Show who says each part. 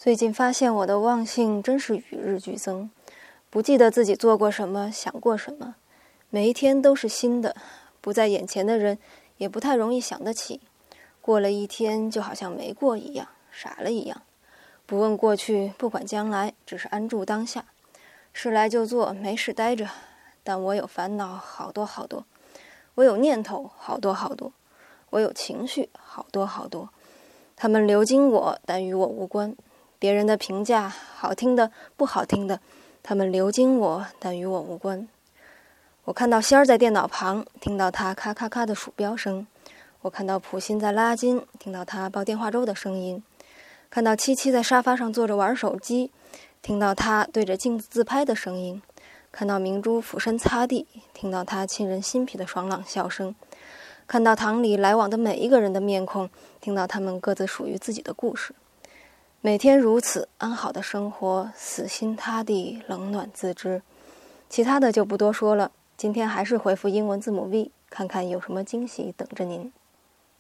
Speaker 1: 最近发现我的忘性真是与日俱增，不记得自己做过什么，想过什么，每一天都是新的，不在眼前的人也不太容易想得起，过了一天就好像没过一样，傻了一样，不问过去，不管将来，只是安住当下，事来就做，没事待着。但我有烦恼好多好多，我有念头好多好多，我有情绪好多好多，它们流经我，但与我无关。别人的评价，好听的不好听的，它们流经我，但与我无关。我看到仙儿在电脑旁，听到他咔咔咔的鼠标声；我看到普欣在拉筋，听到他煲电话粥的声音；看到七七在沙发上坐着玩手机，听到他对着镜子自拍的声音；看到明珠俯身擦地，听到他沁人心脾的爽朗笑声；看到堂里来往的每一个人的面孔，听到他们各自属于自己的故事。每天如此安好的生活，死心塌地，冷暖自知。其他的就不多说了，今天还是回复英文字母 V， 看看有什么惊喜等着您。